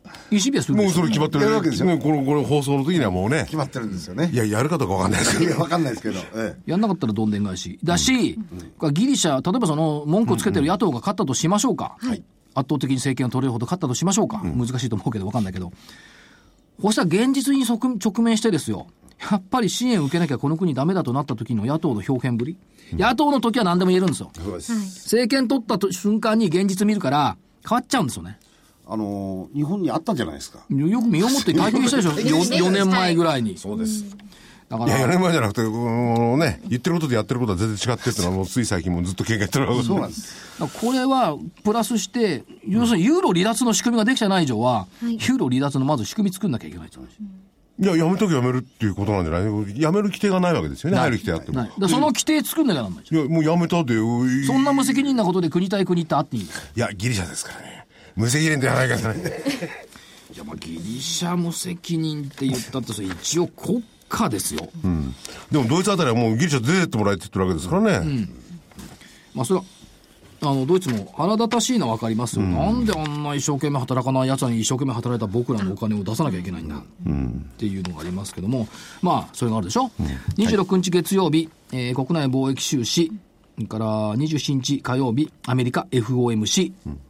ECB はするんもうですよ。 それ決まってる。 やるわけですよねこの放送の時にはもうね。 決まってるんですよね。 いや、やるかどうかわかんないですけど。 いや、わかんないですけど。 やんなかったらどんでん返し。だし、ギリシャ、例えばその文句をつけてる野党が勝ったとしましょうか。圧倒的に政権を取れるほど勝ったとしましょうか。難しいと思うけどわかんないけど。こうした現実に直面してですよ。やっぱり支援を受けなきゃこの国ダメだとなった時の野党の表現ぶり。野党の時は何でも言えるんですよ。 そうです。 政権取った瞬間に現実見るから変わっちゃうんですよね。 日本にあったじゃないですか。 よく身をもって体験したでしょ。4年前ぐらいに。 そうです。 だかいや、4 ら、 年前じゃなくて、ね、言ってることとやってることは全然違ってっていうのはもうつい最近もずっと喧嘩やってるわけです。 そうなんです。 これはプラスして、要するにユーロ離脱の仕組みができてない以上は、ユーロ離脱のまず仕組み作んなきゃいけないと思うし。 いや、やめときやめるっていうことなんじゃない？やめる規定がないわけですよね。入る規定あっても。 ない。だからその規定作んなきゃなんないじゃん。 いや、もうやめたで。 そんな無責任なことで国対国ってあっていいんですか？ いや、ギリシャですからね。無責任ではないからね。 いや、まあギリシャ無責任って言ったってそれ一応国家ですよ。 でもドイツあたりはもうギリシャ出てってもらえって言ってるわけですからね。 まあそれはドイツも腹立たしいのは分かりますよ、なんであんな一生懸命働かないやつに一生懸命働いた僕らのお金を出さなきゃいけないんだ、っていうのがありますけども、まあそれがあるでしょ、26日月曜日、国内貿易収支、それから27日火曜日アメリカ FOMC、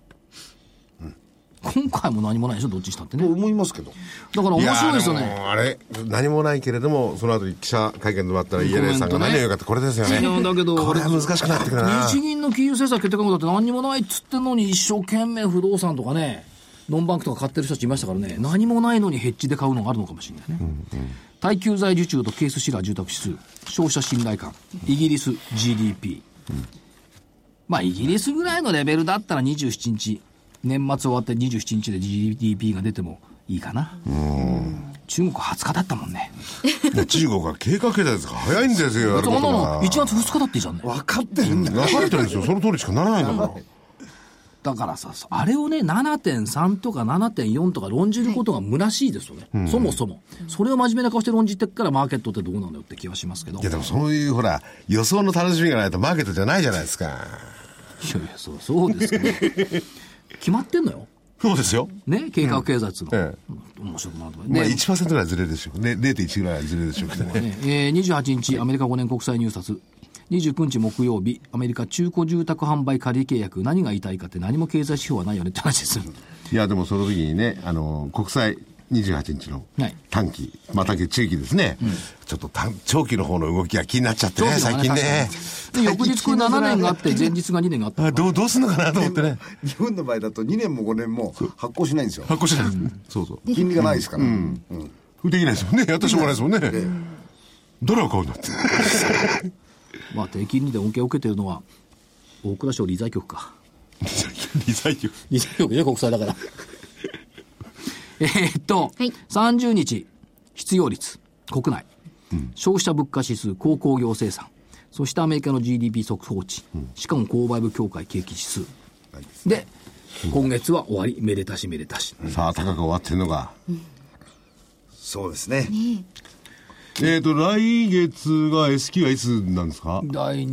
今回も何もないでしょ、どっちしたってね。 と思いますけど。 だから面白いですよね。 あれ、何もないけれども、その後に記者会見でもあったら、イエレンさんが何を言うかってこれですよね。 いやだけどこれは難しくなってくるな。 日銀の金融政策決定会合だって何にもないっつってんのに一生懸命不動産とかね、ノンバンクとか買ってる人たちいましたからね、何もないのにヘッジで買うのがあるのかもしれないね。耐久財受注とケースシラー住宅指数、消費者信頼感、イギリス GDP、まあイギリスぐらいのレベルだったら27日年末終わって27日で GDP が出てもいいかな。中国20日だったもんね。 中国は経過経済ですから早いんですよ、やることが。 1月2日だっていいじゃんね。 分かってるんだ。 分かってるんですよ。その通りしかならないんだから。 だからさ、あれをね、7.3 とか 7.4 とか論じることが虚しいですよね。そもそも。それを真面目な顔して論じてっからマーケットってどうなんだよって気はしますけど。 いやでもそういうほら、予想の楽しみがないとマーケットじゃないじゃないですか。 いやいや、そうですけど。決まってんのよ。 そうですよ。 ね、計画経済っていうのは。面白くなると思う。 まあ 1% ぐらいずれるでしょうね。0.1 ぐらいずれるでしょうけどね。 28日、アメリカ5年国債入札。29日木曜日、アメリカ中古住宅販売仮契約、何が言いたいかって何も経済指標はないよねって話ですよ。 いや、でもその時にね、国債28日の短期、まあ短期中期ですね。ちょっと長期の方の動きが気になっちゃってね、最近ね。 で、翌日7年があって、前日が2年があった。 どうすんのかなと思ってね。 日本の場合だと2年も5年も発行しないんですよ。 発行しない。そうそう。 金利がないですから。 できないですもんね。やってしょうがないですもんね。誰が買うんだって。 まあ、低金利で恩恵を受けてるのは、大蔵省理財局か。 理財局ね、国債だから。30日、失業率、国内、消費者物価指数、鉱工業生産、そしてアメリカの GDP 速報値、しかも購買部協会景気指数。で、今月は終わり、めでたしめでたし。 さあ、高く終わってるのが。 そうですね。 来月が S q はいつなんですか？ 第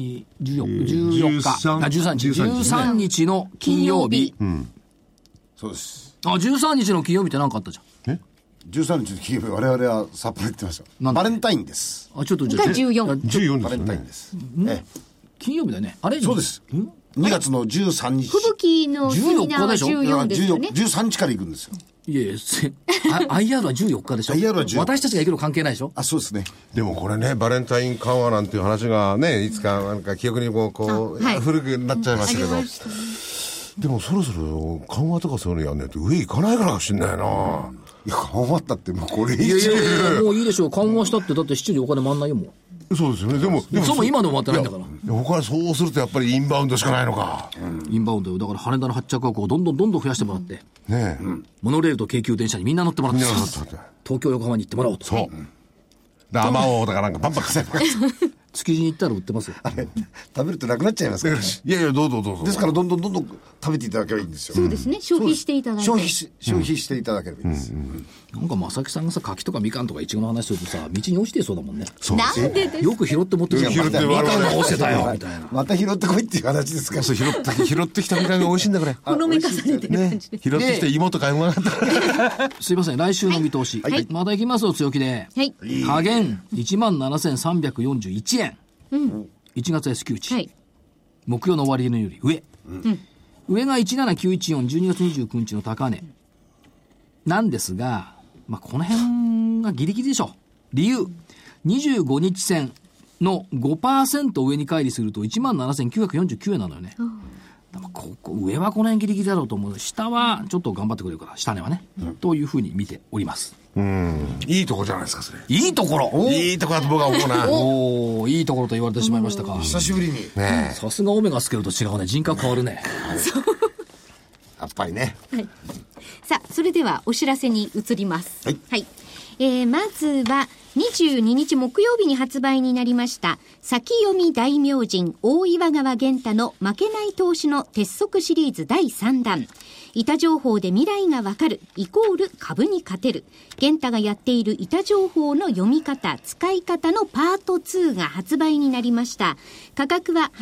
2、13日の金曜日。 そうです。 13日の金曜日って何かあったじゃん。 13日の金曜日、我々はサプライって言ってました。バレンタインです。 ちょっとじゃあ。 14 バレンタインです。 金曜日だよね。あれそうです。2月の13日。 吹雪のセミナーは14ですよね。 13日から行くんですよ。 いやいや、IR は14日でしょ。 IR は14日。 私たちが行くの関係ないでしょ。 そうですね。 でもこれね、バレンタイン緩和なんていう話がね、いつかなんか記憶に古くなっちゃいましたけど。でもそろそろ緩和とかそういうのやんないと上行かないからかしんないな。 いや、緩和ったってもうこれ以上。いやもういいでしょう。緩和したってだって市中にお金回んないよ、もう。 そうですよね。でもそうも今の回ってないんだから。 他にそうするとやっぱりインバウンドしかないのか。 インバウンドよ。だから羽田の発着枠をどんどん増やしてもらって。 ねえ。 モノレールと京急電車にみんな乗ってもらって。東京横浜に行ってもらおうと。 そう。で、アマオだからなんかパンパン稼いで。 築地に行ったら売ってますよ。 食べるとなくなっちゃいますからね。 いやいや、どうぞどうぞ。 ですからどんどん食べていただければいいんですよ。 そうですね。消費していただいて。 消費していただければいいんです。 なんか正木さんがさ、柿とかみかんとかイチゴの話するとさ、道に落ちてそうだもんね。 そうですなんでですよく拾って持ってくる。 拾ってみかんが落ちてたよみたいな。 また拾ってこいっていう話ですから。 そう拾ってきたみかんが美味しいんだこれ。 ほのめかされてる感じで。 拾ってきて妹がうまかった。 すいません、来週の見通し。また行きますよ、強気で。 はい。 下限17,341円。1月 S q 値。木曜の終値より上。上が17914、12月29日の高値。なんですが、まあ、この辺がギリギリでしょう。理由。25日線の 5% 上に乖離すると 17,949 円なのよね。ここ上はこの辺ギリギリだろうと思う。下はちょっと頑張ってくれるから、下値はね、というふうに見ております。 いいとこじゃないですか、それ。 いいところ。 いいとこだと僕は思うな。 おー、いいところと言われてしまいましたか。 久しぶりに。 さすがオメガスケルと違うね。人格変わるね。 やっぱりね。 さあ、それではお知らせに移ります。はい。まずは、22日木曜日に発売になりました、先読み大明神大岩川源太の負けない投資の鉄則シリーズ第3弾。板情報で未来がわかるイコール株に勝てる。源太がやっている板情報の読み方、使い方のパート2が発売になりました。価格は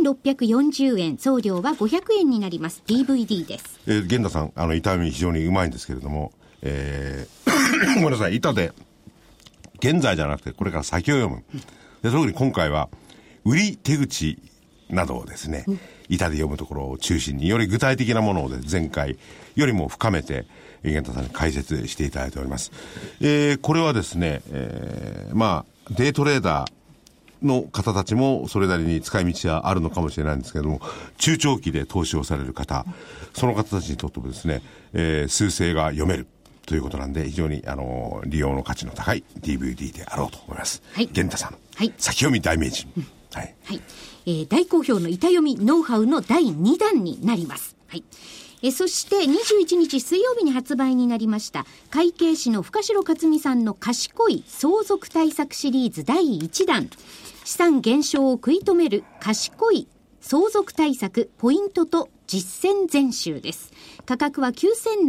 8640円、送料は500円になります。DVD です。 源太さん、板読み非常にうまいんですけれども、ごめんなさい、板で、現在じゃなくてこれから先を読む。で、特に今回は売り手口などをですね、板で読むところを中心により具体的なものを前回よりも深めて源太さんに解説していただいております。これはですね、まあデイトレーダーの方たちもそれなりに使い道はあるのかもしれないんですけれども、中長期で投資をされる方、その方たちにとってもですね、数勢が読めるということなんで、非常に利用の価値の高い DVD であろうと思います。はい、源太さん、はい、先読み大名人、はい、はい、 大好評の板読みノウハウの第2弾になります。はい。そして21日水曜日に発売になりました会計士の深城克美さんの賢い相続対策シリーズ第1弾、資産減少を食い止める賢い相続対策ポイントと実践全集です。価格は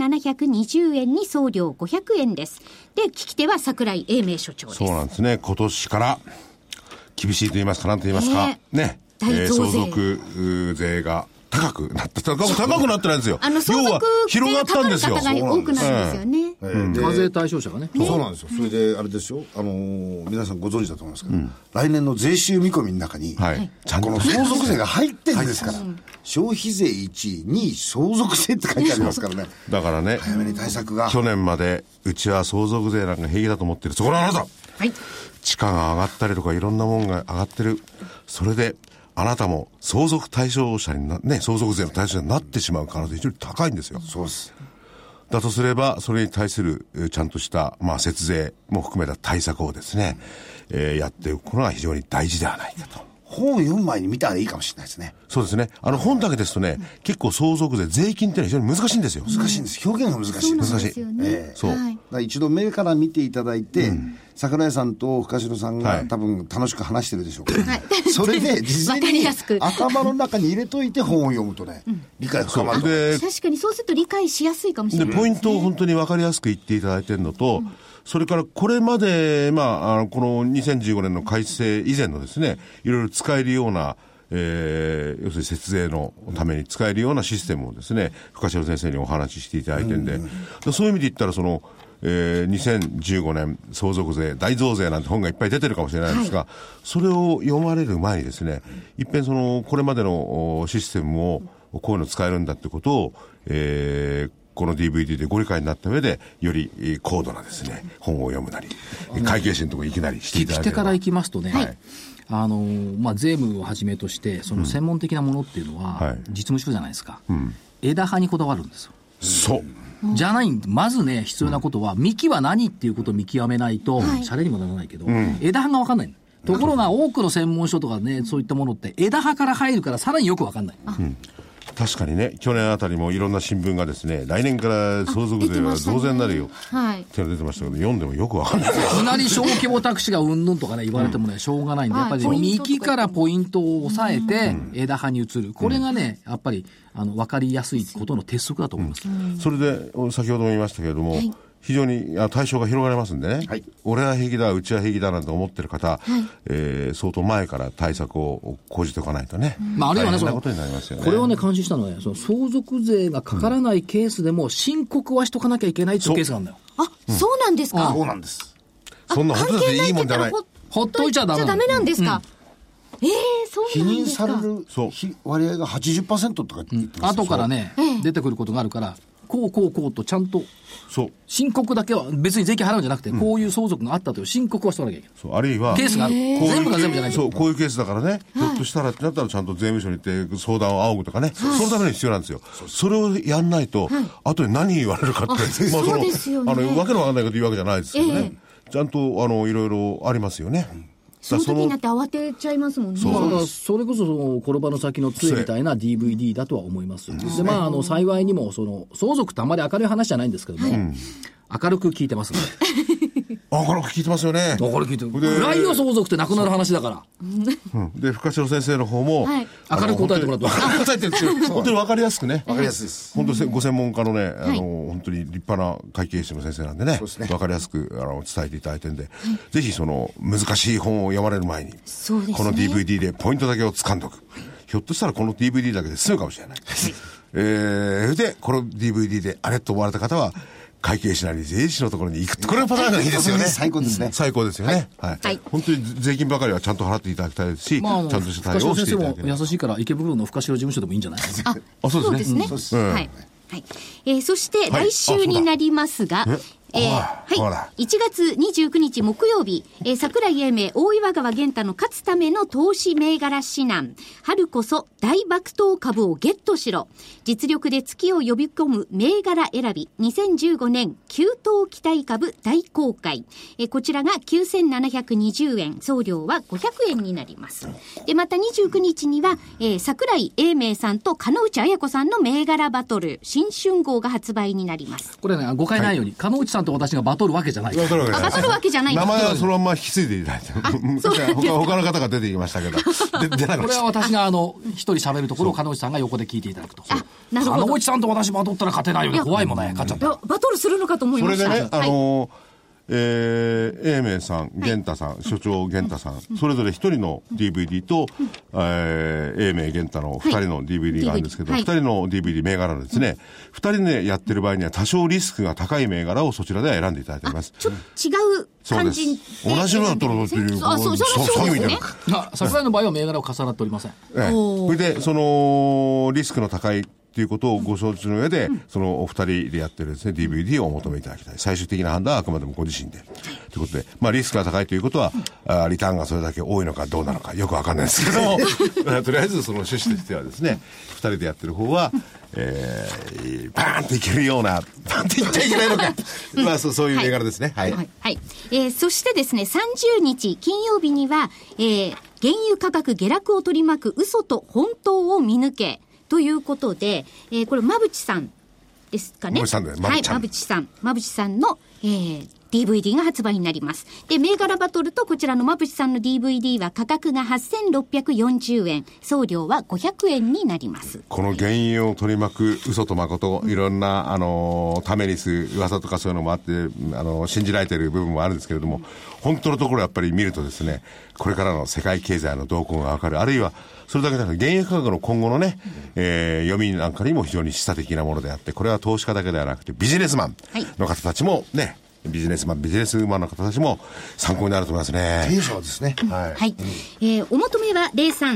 9720円に送料500円です。で、聞き手は櫻井英明所長です。 そうなんですね。今年から厳しいと言いますか、なんと言いますか、ね、 大増税、 相続税が高くなった高くなってないんですよ。 相続要は広がったんですよ。 方が多くなるんですよね。 課税対象者がね。 そうなんですよ。それであれですよ、皆さんご存知だと思いますけど、来年の税収見込みの中に、ちゃんとこの相続税が入ってるんですから、消費税1位、2位相続税って書いてありますからね。 だからね、 早めに対策が。 去年までうちは相続税なんか平気だと思ってる。そこのあなた、 はい、 地価が上がったりとかいろんなもんが上がってる。それであなたも相続対象者に相続税の対象者になってしまう可能性非常に高いんですよ。 そうです。 だとすれば、それに対するちゃんとした、節税も含めた対策をですね、やっていくのが非常に大事ではないかと。 本を読む前に見たらいいかもしれないですね。 そうですね。本だけですとね、結構相続税、税金ってのは非常に難しいんですよ。 難しいんです。表現が難しい。 難しい。 そう。だから一度目から見ていただいて、櫻井さんと深城さんが多分楽しく話してるでしょうから、それで事前に頭の中に入れといて本を読むとね、理解が深まる。 確かにそうすると理解しやすいかもしれないですね。 ポイントを本当に分かりやすく言っていただいているのと、それからこれまで、この2015年の改正以前のですね、いろいろ使えるような、要するに節税のために使えるようなシステムをですね、深城先生にお話ししていただいてるんで、そういう意味で言ったら2015年相続税大増税なんて本がいっぱい出てるかもしれないんですが、それを読まれる前にですね、いっぺんこれまでのシステムをこういうの使えるんだってことを、この DVD でご理解になった上で、より高度なですね、本を読むなり、会計士のところに行きなりしていただいて。 聞き手から行きますとね、税務をはじめとして、その専門的なものっていうのは、実務書じゃないですか。枝葉にこだわるんですよ。 そう。 じゃない、まずね、必要なことは、幹は何っていうことを見極めないと、シャレにもならないけど、枝葉が分かんない。ところが、多くの専門書とかね、そういったものって、枝葉から入るからさらによく分かんない。 確かにね、去年あたりもいろんな新聞がですね、来年から相続税は増税になるよって出てましたけど、読んでもよくわかんない。いきなり小規模宅地がうんぬんとかね言われてもね、しょうがないんで、やっぱり幹からポイントを抑えて枝葉に移る、これがねやっぱり分かりやすいことの鉄則だと思います。 それで先ほども言いましたけれども、非常に対象が広がりますんでね、俺は平気だ、うちは平気だなんて思ってる方、相当前から対策を講じておかないとね、 あるいはね、 大変なことになりますよね。 これをね感心したのはね、その相続税がかからないケースでも申告はしとかなきゃいけないっていうケースがあるんだよ。 そうなんですか。 そうなんです。 そんな本当にいいもんじゃない。 ほっといちゃダメなんですか。そうなんですか。 否認される割合が 80% とか言ってます。 後からね出てくることがあるから、こうとちゃんと申告だけは別に税金払うんじゃなくて、こういう相続があったという申告はしとかなきゃいけない。 あるいはケースがある。全部が全部じゃない。 こういうケースだからね、ひょっとしたらってなったらちゃんと税務署に行って相談を仰ぐとかね、そのために必要なんですよ。それをやんないと、後で何言われるかって、 そうですよね。 わけのわかんないこと言うわけじゃないですけどね。ちゃんといろいろありますよね。 その時になって慌てちゃいますもんね。 それこそ転ばの先の杖みたいな DVD だとは思います。で、幸いにも相続ってあまり明るい話じゃないんですけども、明るく聞いてますね。 明るく聞いてますよね。 明るく聞いてる。暗いよ相続ってなくなる話だから。 で、深城先生の方も、 明るく答えてもらってます。 答えてるんですよ。本当に分かりやすくね。 分かりやすいです。 本当にご専門家のね、本当に立派な会計士の先生なんでね、分かりやすく伝えていただいてるんで、ぜひ難しい本を読まれる前に、この DVD でポイントだけを掴んどく。ひょっとしたらこの DVD だけで済むかもしれない。で、この DVD であれと思われた方は、会計士なり税理士のところに行く。これはパターンがいいですよね。 最高ですね。 最高ですよね。はい。本当に税金ばかりはちゃんと払っていただきたいですし、ちゃんとした対応をしていただきたい。 深城先生も優しいから池袋の深城事務所でもいいんじゃないですか。 そうですね。はい。そして来週になりますが、1月29日木曜日、桜井英明、大岩川源太の勝つための投資銘柄指南。春こそ大爆投株をゲットしろ。実力で月を呼び込む銘柄選び。2015年急騰期待株大公開。こちらが9720円。送料は500円になります。で、また29日には、桜井英明さんと鹿内彩子さんの銘柄バトル新春号が発売になります。 これね、誤解ないように、鹿内さんと私がバトるわけじゃない。 バトるわけじゃない。 名前はそのまま引き継いでいただいて。他の方が出てきましたけど。 これは私が一人喋るところを鹿内さんが横で聞いていただくと。鹿内さんと私バトったら勝てないよね。怖いもんね。勝っちゃった。 バトルするのかと思いました。 それでね、英明さん、源太さん、所長源太さん、それぞれ一人の DVD と、英明源太の二人の DVD があるんですけど、二人の DVD 銘柄ですね、二人でやってる場合には多少リスクが高い銘柄をそちらで選んでいただいております。 ちょっと違う感じ。 同じのだったらっていう、 そうですね。 桜井の場合は銘柄を重なっておりません。 それで、リスクの高いということをご承知の上で、そのお二人でやってるですね、DVD をお求めいただきたい。最終的な判断はあくまでもご自身で。ということで、リスクが高いということは、リターンがそれだけ多いのかどうなのかよくわかんないですけども、とりあえずその趣旨としてはですね、二人でやってる方は、バーンといけるような、バーンといっちゃいけないのか。そういう銘柄ですね。はい。 そしてですね、30日金曜日には、原油価格下落を取り巻く嘘と本当を見抜け。ということで、これ、馬淵さんですかね。 馬淵さんで、 はい、馬淵さんの、DVD が発売になります。で、銘柄バトルとこちらの馬淵さんの DVD は価格が8640円、送料は500円になります。 この原因を取り巻く嘘と誠、いろんな、ためにする噂とかそういうのもあって、信じられている部分もあるんですけれども、本当のところやっぱり見るとですね、これからの世界経済の動向がわかる。あるいは、それだけじゃなくて、原油価格の今後のね、読みなんかにも非常に示唆的なものであって、これは投資家だけではなくて、ビジネスマンの方たちもね、ビジネスウーマンの方たちも参考になると思いますね。 テンションですね。 はい。お求めは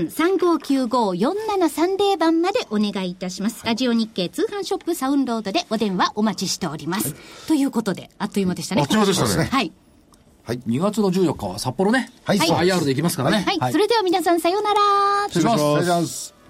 03-3595-4730 番までお願いいたします。ラジオ日経通販ショップサウンロードでお電話お待ちしております。ということで、あっという間でしたね。 あっという間でしたね。 はい。 2月の14日は札幌ね。 はい。 IR で行きますからね。 はい。それでは皆さんさようなら。 失礼します。